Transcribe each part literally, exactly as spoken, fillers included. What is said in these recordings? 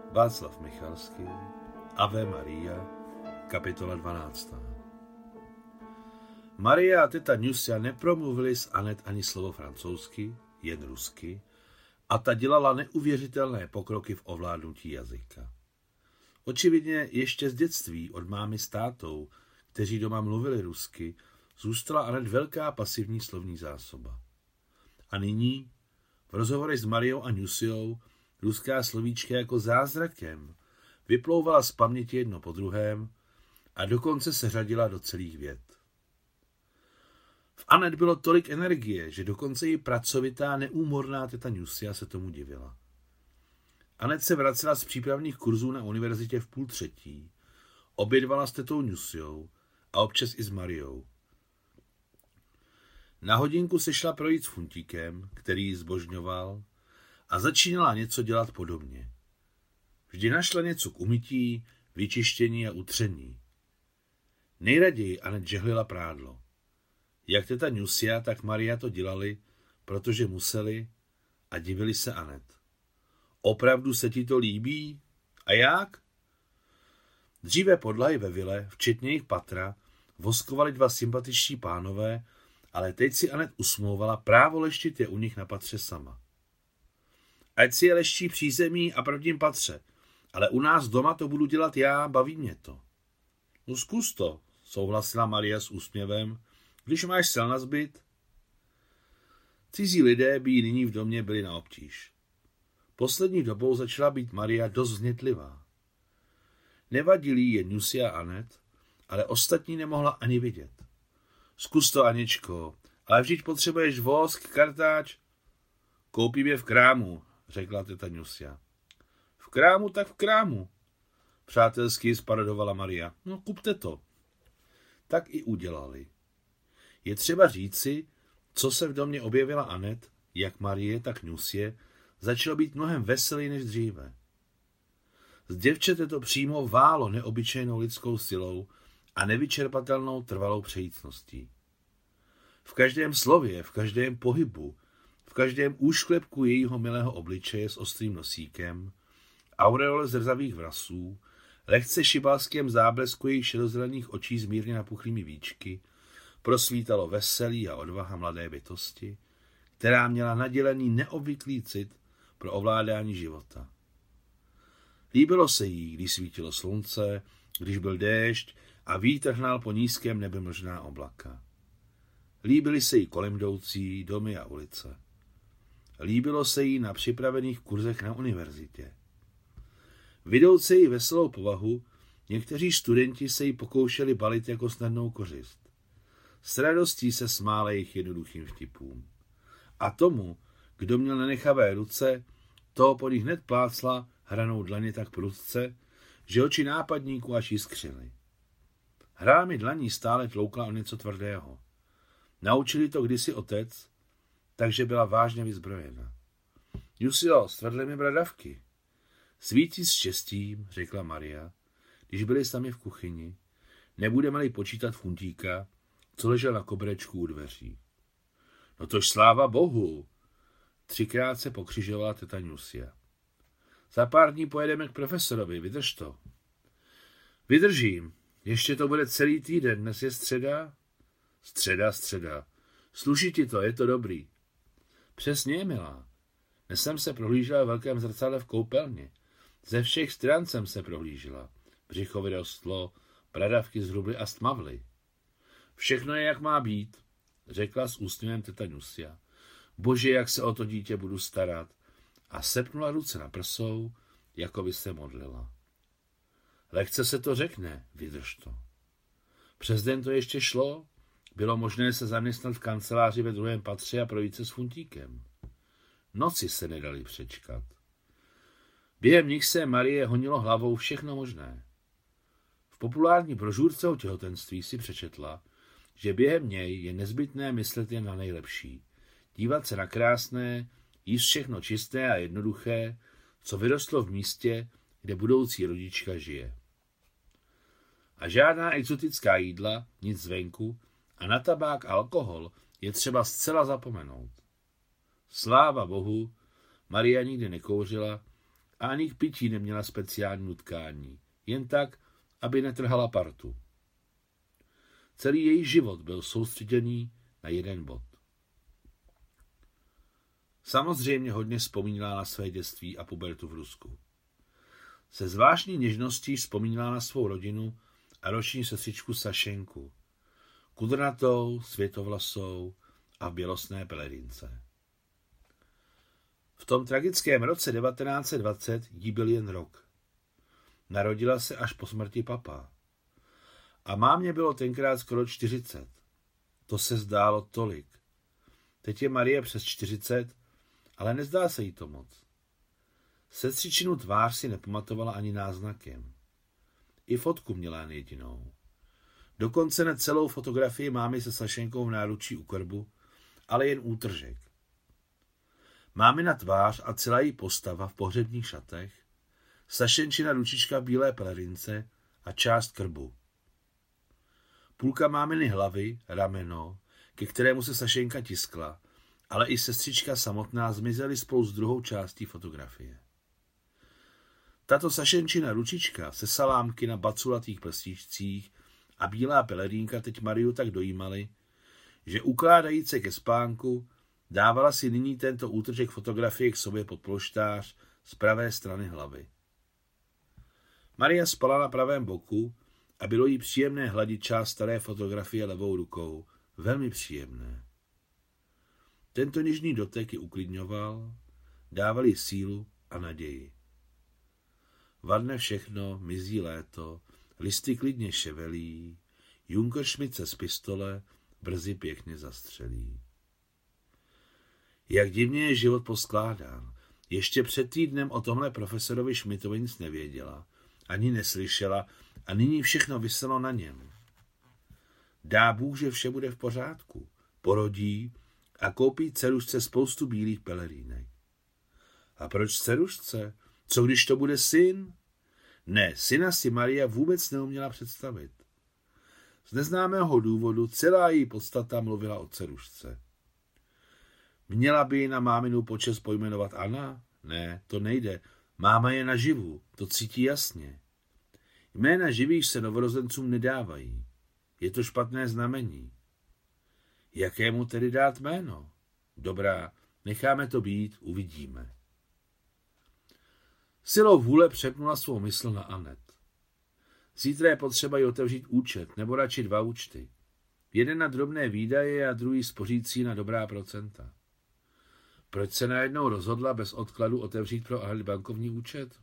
Václav Michalský, Ave Maria, kapitola dvanáctá. Maria a teta Nusia nepromluvili s Anet ani slovo francouzsky, jen rusky, a ta dělala neuvěřitelné pokroky v ovládnutí jazyka. Očividně ještě z dětství od mámy s tátou, kteří doma mluvili rusky, zůstala Anet velká pasivní slovní zásoba. A nyní, v rozhovorech s Mariou a Nusiou, ruská slovíčka jako zázrakem vyplouvala z paměti jedno po druhém a dokonce se řadila do celých vět. V Anet bylo tolik energie, že dokonce i pracovitá, neúmorná teta Nusia se tomu divila. Anet se vracela z přípravných kurzů na univerzitě v půl třetí, obědvala s tetou Nusiou a občas i s Mariou. Na hodinku se šla projít s Funtíkem, který ji zbožňoval, a začínala něco dělat podobně. Vždy našla něco k umytí, vyčištění a utření. Nejraději Anet žehlila prádlo. Jak teta Nusia, tak Maria to dělali, protože museli, a divili se Anet. Opravdu se ti to líbí? A jak? Dříve podlahy ve vile, včetně jejich patra, voskovali dva sympatičtí pánové, ale teď si Anet usmlouvala právo leštit je u nich na patře sama. Ať si je leští přízemí a prvním patře, ale u nás doma to budu dělat já, baví mě to. No zkus to, souhlasila Maria s úsměvem, když máš sil na zbyt. Cizí lidé by jí nyní v domě byli na obtíž. Poslední dobou začala být Maria dost vznětlivá. Nevadili jí jen Nusia a Anet, ale ostatní nemohla ani vidět. Zkus to, Aničko, ale vždyť potřebuješ vosk, kartáč. Koupím je v krámu, řekla teta Nusia. V krámu, tak v krámu, přátelsky sparodovala Maria. No, kupte to. Tak i udělali. Je třeba říci, co se v domě objevila Anet, jak Marie, tak Nusie, začalo být mnohem veselý než dříve. Z děvčete to přímo válo neobyčejnou lidskou silou a nevyčerpatelnou trvalou přejícností. V každém slově, v každém pohybu, v každém úšklepku jejího milého obličeje s ostrým nosíkem, aureole zrzavých vlasů, lehce šibalském záblesku jejich šedozelených očí s mírně napuchlými víčky, prosvítalo veselí a odvaha mladé bytosti, která měla nadělený neobvyklý cit pro ovládání života. Líbilo se jí, když svítilo slunce, když byl déšť a vítr hnal po nízkém nebi mlžná oblaka. Líbily se jí kolem jdoucí domy a ulice. Líbilo se jí na připravených kurzech na univerzitě. Vidouce jí veselou povahu, někteří studenti se jí pokoušeli balit jako snadnou kořist. S radostí se smála jejich jednoduchým vtipům. A tomu, kdo měl nenechavé ruce, toho po nich hned plácla hranou dlaně tak prudce, že oči nápadníků až jiskřily. Hra mi dlaní stále tloukla o něco tvrdého. Naučili to kdysi otec, takže byla vážně vyzbrojena. Nusio, stvrdly mi bradavky. Svítí s štěstím, řekla Maria, když byli sami v kuchyni, nebudeme-li počítat Funtíka, co ležel na koberečku u dveří. No tož sláva Bohu, třikrát se pokřižovala teta Nusia. Za pár dní pojedeme k profesorovi, vydrž to. Vydržím, ještě to bude celý týden, dnes je středa? Středa, středa. Sluší ti to, je to dobrý. Přesně, milá. Dnes jsem se prohlížela v velkém zrcadle v koupelně. Ze všech stran jsem se prohlížela. Břicho vyrostlo, bradavky zhrubly a stmavly. Všechno je, jak má být, řekla s úsměvem teta Nusia. Bože, jak se o to dítě budu starat. A sepnula ruce na prsou, jako by se modlila. Lehce se to řekne, vydrž to. Přes den to ještě šlo, bylo možné se zaměstnat v kanceláři ve druhém patře a projít se s Funtíkem. Noci se nedali přečkat. Během nich se Marie honilo hlavou všechno možné. V populární brožurce o těhotenství si přečetla, že během něj je nezbytné myslet jen na nejlepší, dívat se na krásné, jíst všechno čisté a jednoduché, co vyrostlo v místě, kde budoucí rodička žije. A žádná exotická jídla, nic zvenku, a na tabák a alkohol je třeba zcela zapomenout. Sláva Bohu, Maria nikdy nekouřila a ani k pití neměla speciální nutkání, jen tak, aby netrhala partu. Celý její život byl soustředěný na jeden bod. Samozřejmě hodně vzpomínala na své dětství a pubertu v Rusku. Se zvláštní něžností vzpomínala na svou rodinu a roční sestřičku Sašenku, kudrnatou, světovlasou a v bělostné pelerince. V tom tragickém roce devatenáct set dvacet jí byl jen rok. Narodila se až po smrti papa. A mámě bylo tenkrát skoro čtyřicet. To se zdálo tolik. Teď je Marie přes čtyřicet, ale nezdá se jí to moc. Sestřičinu tvář si nepamatovala ani náznakem. I fotku měla jen jedinou. Dokonce ne celou fotografii mámy se Sašenkou v náručí u krbu, ale jen útržek. Mámina tvář a celá její postava v pohřebních šatech, Sašenčina ručička v bílé pelerince a část krbu. Půlka máminy hlavy, rameno, ke kterému se Sašenka tiskla, ale i sestřička samotná zmizely spolu s druhou částí fotografie. Tato Sašenčina ručička se salámky na baculatých prstíčcích a bílá pelerínka teď Mariu tak dojímaly, že ukládajíc se ke spánku dávala si nyní tento útržek fotografie k sobě pod polštář z pravé strany hlavy. Maria spala na pravém boku a bylo jí příjemné hladit část staré fotografie levou rukou. Velmi příjemné. Tento něžný dotek ji uklidňoval, dával jí sílu a naději. Vadne všechno, mizí léto, listy klidně ševelí, Junkeršmice z pistole brzy pěkně zastřelí. Jak divně je život poskládán. Ještě před týdnem o tomhle profesorovi Šmitovi nic nevěděla, ani neslyšela a nyní všechno viselo na něm. Dá Bůh, že vše bude v pořádku. Porodí a koupí dcerušce spoustu bílých pelerínek. A proč dcerušce? Co když to bude syn? Ne, syna si Maria vůbec neuměla představit. Z neznámého důvodu celá její podstata mluvila o dcerušce. Měla by ji na máminu počest pojmenovat Anna? Ne, to nejde. Máma je naživu, to cítí jasně. Jména živých se novorozencům nedávají. Je to špatné znamení. Jakému tedy dát jméno? Dobrá, necháme to být, uvidíme. Silou vůle přepnula svou mysl na Anet. Zítra je potřeba jí otevřít účet, nebo radši dva účty. Jeden na drobné výdaje a druhý spořící na dobrá procenta. Proč se najednou rozhodla bez odkladu otevřít pro Anet bankovní účet?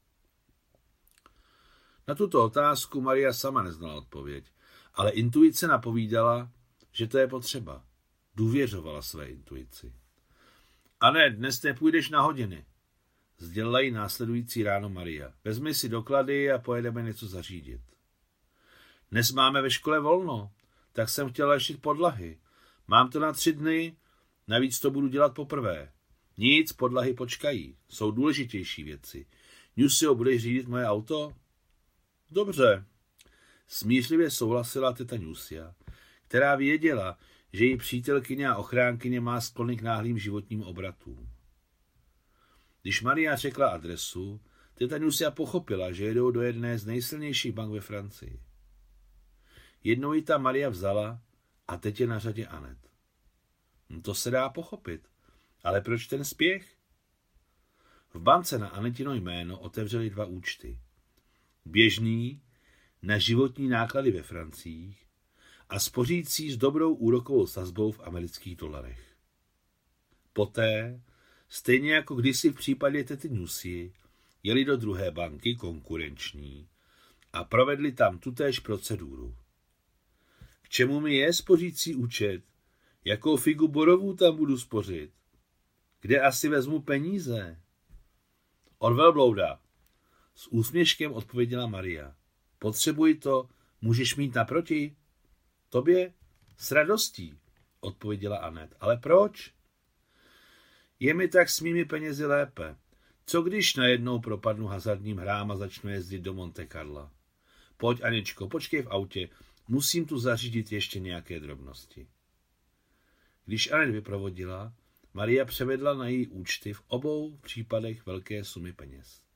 Na tuto otázku Maria sama neznala odpověď, ale intuice napovídala, že to je potřeba. Důvěřovala své intuici. Anet, dnes nepůjdeš na hodiny, sdělila jí následující ráno Maria. Vezmi si doklady a pojedeme něco zařídit. Dnes máme ve škole volno, tak jsem chtěla leštit podlahy. Mám to na tři dny, navíc to budu dělat poprvé. Nic, podlahy počkají, jsou důležitější věci. Nusio, budeš řídit moje auto? Dobře, smířlivě souhlasila teta Nusia, která věděla, že její přítelkyně a ochránkyně má sklony k náhlým životním obratům. Když Maria řekla adresu, teta Nusia pochopila, že jedou do jedné z nejsilnějších bank ve Francii. Jednou ji ta Maria vzala a teď je na řadě Anet. No to se dá pochopit, ale proč ten spěch? V bance na Anetino jméno otevřeli dva účty. Běžný na životní náklady ve Francích a spořící s dobrou úrokovou sazbou v amerických dolarech. Poté, stejně jako kdysi v případě tety Nusii, jeli do druhé banky konkurenční a provedli tam tutéž proceduru. K čemu mi je spořící účet? Jakou figu borovů tam budu spořit? Kde asi vezmu peníze? Od velblouda. S úsměškem odpověděla Maria. Potřebuji to, můžeš mít naproti? Tobě? S radostí, odpověděla Anet. Ale proč? Je mi tak s mými penězi lépe. Co když najednou propadnu hazardním hrám a začnu jezdit do Monte Carla? Pojď, Aničko, počkej v autě. Musím tu zařídit ještě nějaké drobnosti. Když Anet vyprovodila, Maria převedla na její účty v obou případech velké sumy peněz.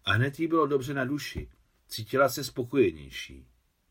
A hned jí bylo dobře na duši. Cítila se spokojenější.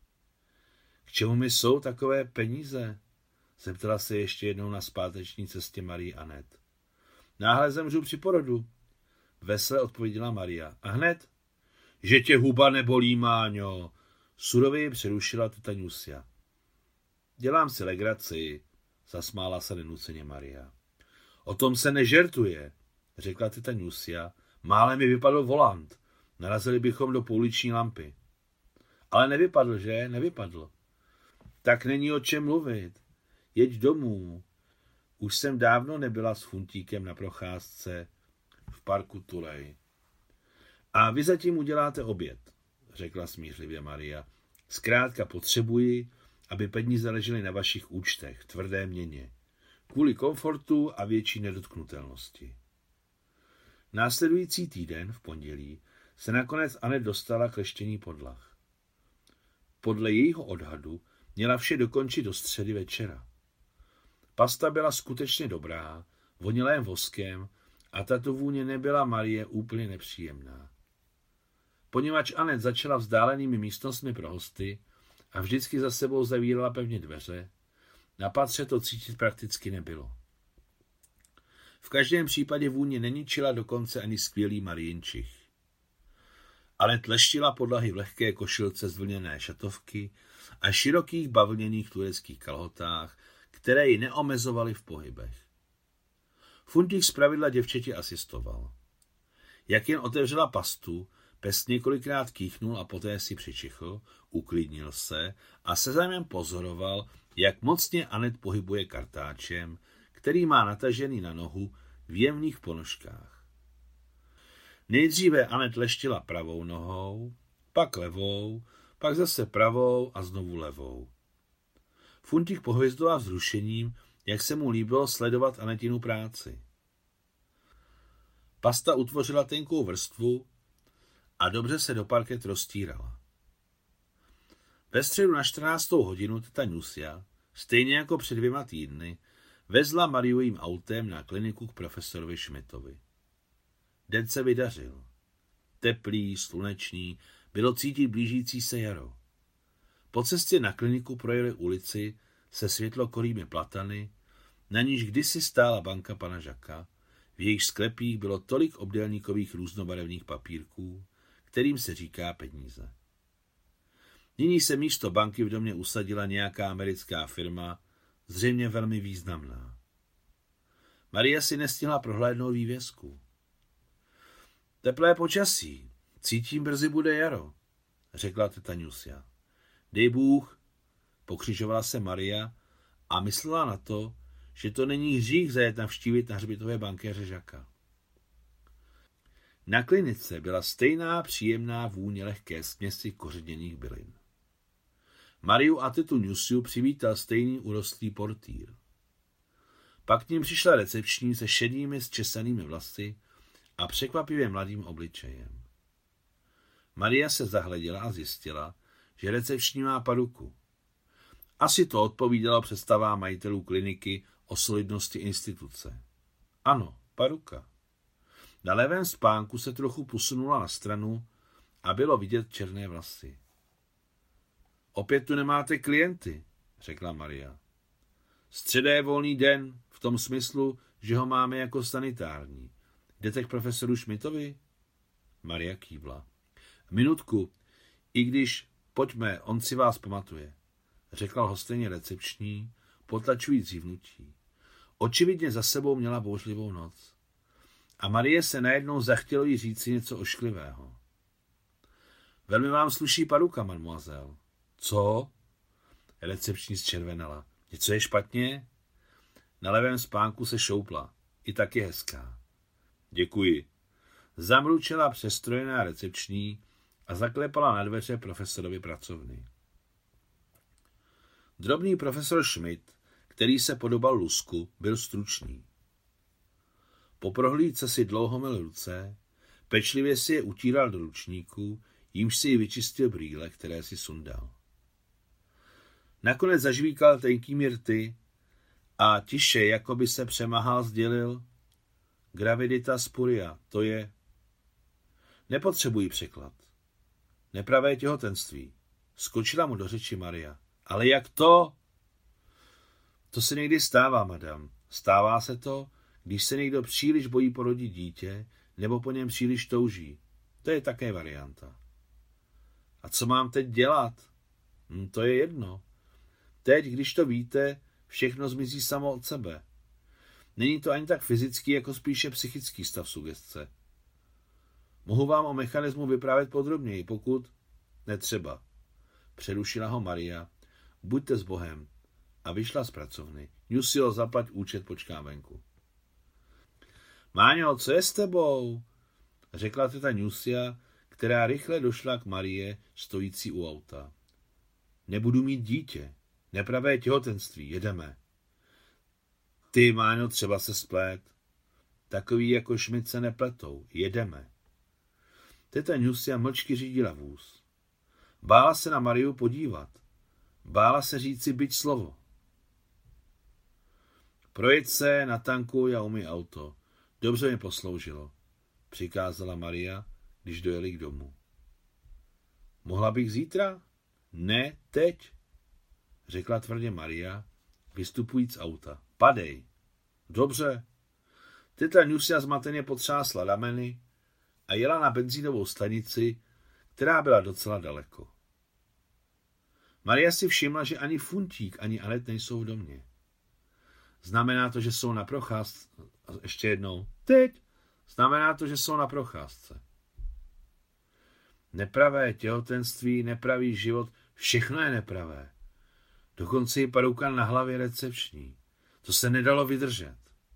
K čemu mi jsou takové peníze? Zeptala se ještě jednou na zpáteční cestě Marie Anet. Náhle zemřu při porodu. Vesele odpověděla Maria. A hned? Že tě huba nebolí, Máňo. Surově ji přerušila teta Nusia. Dělám si legraci, zasmála se nenuceně Maria. O tom se nežertuje, řekla teta Nusia. Málem mi vypadl volant. Narazili bychom do pouliční lampy. Ale nevypadl, že? Nevypadl. Tak není o čem mluvit. Jeď domů. Už jsem dávno nebyla s Funtíkem na procházce v parku Tulej. A vy zatím uděláte oběd, řekla smířlivě Maria. Zkrátka potřebuji, aby peníze ležely na vašich účtech v tvrdé měně. Kvůli komfortu a větší nedotknutelnosti. Následující týden, v pondělí, se nakonec Anet dostala k leštění podlah. Podle jejího odhadu měla vše dokončit do středy večera. Pasta byla skutečně dobrá, vonila jen voskem a tato vůně nebyla Marie úplně nepříjemná. Poněvadž Anet začala vzdálenými místnostmi pro hosty a vždycky za sebou zavírala pevně dveře, na patře to cítit prakticky nebylo. V každém případě vůně neničila dokonce ani skvělý Mariinčich. Ale tleštila podlahy v lehké košilce z vlněné šatovky a širokých bavlněných tureckých kalhotách, které ji neomezovaly v pohybech. Funtík zpravidla děvčeti asistoval. Jak jen otevřela pastu, pes několikrát kýchnul a poté si přičichl, uklidnil se a se zájmem pozoroval, jak mocně Anet pohybuje kartáčem, který má natažený na nohu v jemných ponožkách. Nejdříve Anet leštila pravou nohou, pak levou, pak zase pravou a znovu levou. Funtík pohvězdoval vzrušením, jak se mu líbilo sledovat Anetinu práci. Pasta utvořila tenkou vrstvu a dobře se do parket roztírala. Ve středu na čtrnáctou hodinu teta Nusia, stejně jako před dvěma týdny, vezla Mariu jím autem na kliniku k profesorovi Schmidtovi. Den se vydařil. Teplý, slunečný, bylo cítit blížící se jaro. Po cestě na kliniku projeli ulici se světlokorými platany, na níž kdysi stála banka pana Žaka, v jejich sklepích bylo tolik obdélníkových různobarevných papírků, kterým se říká peníze. Nyní se místo banky v domě usadila nějaká americká firma, zřejmě velmi významná. Maria si nestihla prohlédnout vývězku. Teplé počasí, cítím, brzy bude jaro, řekla teta Nusia. Dej Bůh, pokřižovala se Maria a myslela na to, že to není hřích zajet navštívit na hřbitově bankéře Žaka. Na klinice byla stejná příjemná vůně lehké směsi kořeněných bylin. Mariu a tetu Nusiu přivítal stejný urostlý portýr. Pak k ním přišla recepční se šedými zčesanými vlasy a překvapivě mladým obličejem. Maria se zahleděla a zjistila, že recepční má paruku. Asi to odpovídalo představám majitelů kliniky o solidnosti instituce. Ano, paruka. Na levém spánku se trochu posunula na stranu a bylo vidět černé vlasy. Opět tu nemáte klienty, řekla Maria. Středa je volný den, v tom smyslu, že ho máme jako sanitární. Jdete k profesoru Schmidtovi? Maria kývla. Minutku, i když, pojďme, on si vás pamatuje, řekla hostejně recepční, potlačujíc zívnutí. Očividně za sebou měla bouřlivou noc. A Marie se najednou zachtělo jí říci něco ošklivého. Velmi vám sluší paruka, mademoiselle. Co? Recepční zčervenala. Něco je špatně? Na levém spánku se šoupla. I tak je hezká. Děkuji. Zamručela přestrojená recepční a zaklepala na dveře profesorovi pracovny. Drobný profesor Schmidt, který se podobal lusku, byl stručný. Po prohlídce si dlouho myl ruce, pečlivě si je utíral do ručníku, jímž si ji vyčistil brýle, které si sundal. Nakonec zažvíkal tenkými rty a tiše, jako by se přemahal, sdělil: Gravidita spuria, to je... Nepotřebují překlad. Nepravé těhotenství. Skočila mu do řeči Maria. Ale jak to? To se někdy stává, madam. Stává se to, když se někdo příliš bojí porodit dítě, nebo po něm příliš touží. To je také varianta. A co mám teď dělat? Hm, to je jedno. Teď, když to víte, všechno zmizí samo od sebe. Není to ani tak fyzický, jako spíše psychický stav sugestce. Mohu vám o mechanismu vyprávět podrobněji, pokud... Netřeba. Přerušila ho Maria. Buďte s Bohem. A vyšla z pracovny. Nusio, zaplať účet, počkám venku. Máňo, co je s tebou? Řekla teta Nusia, která rychle došla k Marie, stojící u auta. Nebudu mít dítě. Nepravé těhotenství. Jedeme. Ty, Máňo, třeba se splét. Takový jako Šmit se nepletou. Jedeme. Teta Nusia mlčky řídila vůz. Bála se na Mariu podívat. Bála se říci byť slovo. Projeď se, natankuj a umyj auto. Dobře mi posloužilo, přikázala Maria, když dojeli k domu. Mohla bych zítra? Ne, teď, řekla tvrdě Maria, vystupujíc z auta. Padej. Dobře. Teta Nusia zmateně potřásla rameny a jela na benzínovou stanici, která byla docela daleko. Maria si všimla, že ani Funtík, ani Anet nejsou v domě. Znamená to, že jsou na procházce. Ještě jednou. Teď. Znamená to, že jsou na procházce. Nepravé těhotenství, nepravý život, všechno je nepravé. Dokonce i parouka na hlavě recepční. To se nedalo vydržet.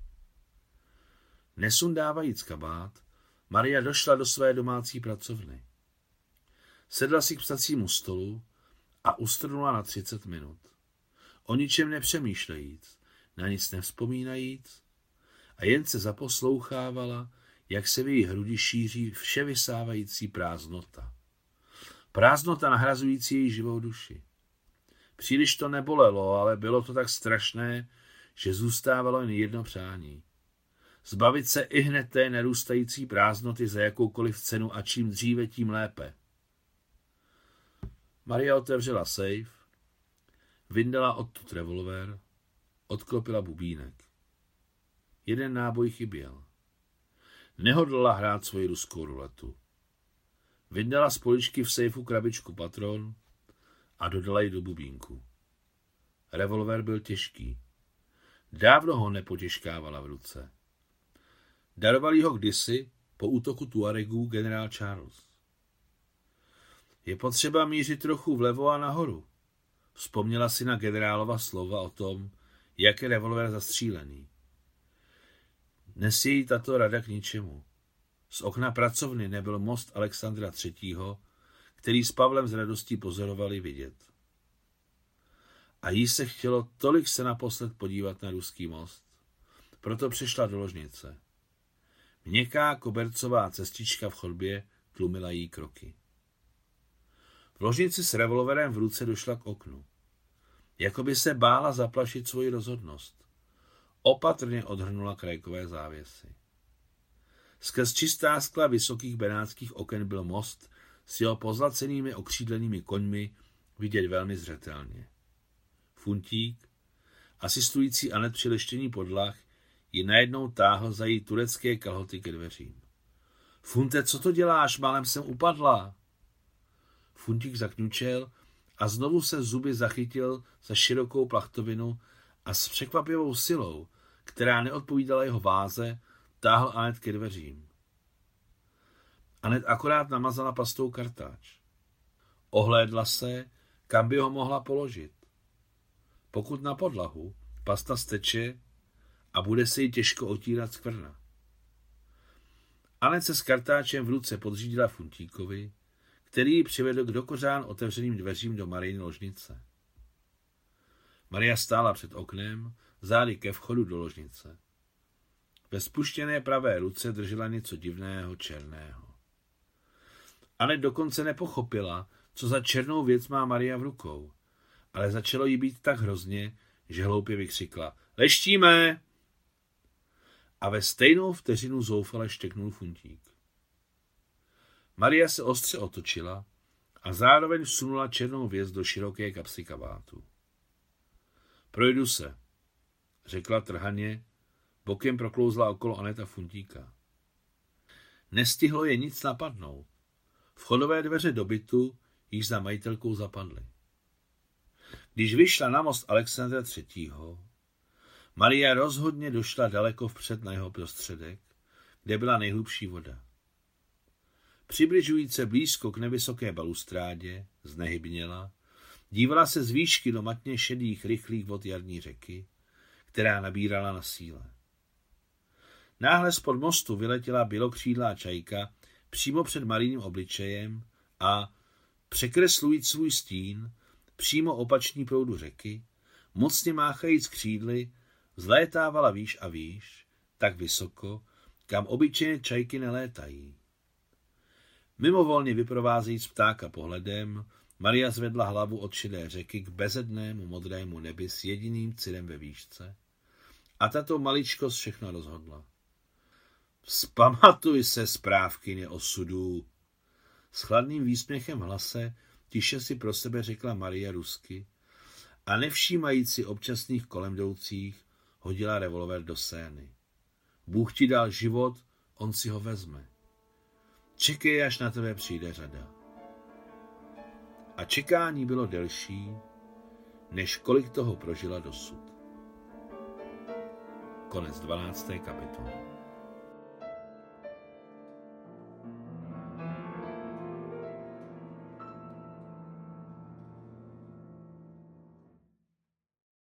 Nesundávajíc kabát, Maria došla do své domácí pracovny. Sedla si k psacímu stolu a ustrnula na třicet minut. O ničem nepřemýšlejíc, na nic nevzpomínajíc a jen se zaposlouchávala, jak se v její hrudi šíří vševysávající prázdnota. Prázdnota nahrazující její živou duši. Příliš to nebolelo, ale bylo to tak strašné, že zůstávalo jen jedno přání. Zbavit se ihned té narůstající prázdnoty za jakoukoliv cenu a čím dříve, tím lépe. Maria otevřela sejf, vyndala odtud revolver, odklopila bubínek. Jeden náboj chyběl. Nehodlala hrát svoji ruskou ruletu. Vyndala z poličky v sejfu krabičku patron a dodala ji do bubínku. Revolver byl těžký. Dávno ho nepotěžkávala v ruce. Daroval jí ho kdysi po útoku Tuaregů generál Charles. Je potřeba mířit trochu vlevo a nahoru. Vzpomněla si na generálova slova o tom, jak je revolver zastřílený. Dnes je jí tato rada k ničemu. Z okna pracovny nebyl most Alexandra třetího, který s Pavlem z radostí pozorovali vidět. A jí se chtělo tolik se naposled podívat na ruský most. Proto přišla do ložnice. Měkká kobercová cestička v chodbě tlumila jí kroky. V ložnici s revolverem v ruce došla k oknu. Jakoby se bála zaplašit svoji rozhodnost. Opatrně odhrnula krajkové závěsy. Skrz čistá skla vysokých benátských oken byl most s jeho pozlacenými okřídlenými koňmi vidět velmi zřetelně. Funtík, asistující Anet při leštění podlah, ji najednou táhl za její turecké kalhoty ke dveřím. Funte, co to děláš? Málem jsem upadla. Funtík zakňučel a znovu se zuby zachytil za širokou plachtovinu a s překvapivou silou, která neodpovídala jeho váze, táhl Anet ke dveřím. Anet akorát namazala pastou kartáč. Ohlédla se, kam by ho mohla položit. Pokud na podlahu, pasta steče a bude se jí těžko otírat skvrna. Anet se s kartáčem v ruce podřídila Funtíkovi, který ji přivedl k dokořán otevřeným dveřím do Marijiny ložnice. Maria stála před oknem, zády ke vchodu do ložnice. Ve spuštěné pravé ruce držela něco divného černého. Anet dokonce nepochopila, co za černou věc má Maria v rukou, ale začalo jí být tak hrozně, že hloupě vykřikla: Leštíme! A ve stejnou vteřinu zoufale štěknul Funtík. Maria se ostře otočila a zároveň vsunula černou věc do široké kapsy kabátu. Projdu se, řekla trhaně, bokem proklouzla okolo Aneta Funtíka. Nestihlo je nic napadnout. Vchodové dveře do bytu již za majitelkou zapadly. Když vyšla na most Alexandra třetího. Maria rozhodně došla daleko vpřed na jeho prostředek, kde byla nejhlubší voda. Přibližujíc se blízko k nevysoké balustrádě, znehybněla, dívala se z výšky do matně šedých rychlých vod jarní řeky, která nabírala na síle. Náhle spod mostu vyletěla bělokřídlá čajka přímo před Marijním obličejem a, překreslujíc svůj stín, přímo opačný proudu řeky, mocně máchajíc křídly, vzlétávala výš a výš, tak vysoko, kam obyčejně čajky nelétají. Mimovolně vyprovázejíc ptáka pohledem, Maria zvedla hlavu od šedé řeky k bezednému modrému nebi s jediným cirem ve výšce a tato maličkost všechno rozhodla. Vzpamatuj se, správkyně osudů. S chladným výsměchem v hlase tiše si pro sebe řekla Maria rusky a nevšímajíc si občasných kolem jdoucích hodila revolver do sény. Bůh ti dal život, on si ho vezme. Čekej, až na tebe přijde řada. A čekání bylo delší, než kolik toho prožila dosud. Konec dvanácté kapitoly.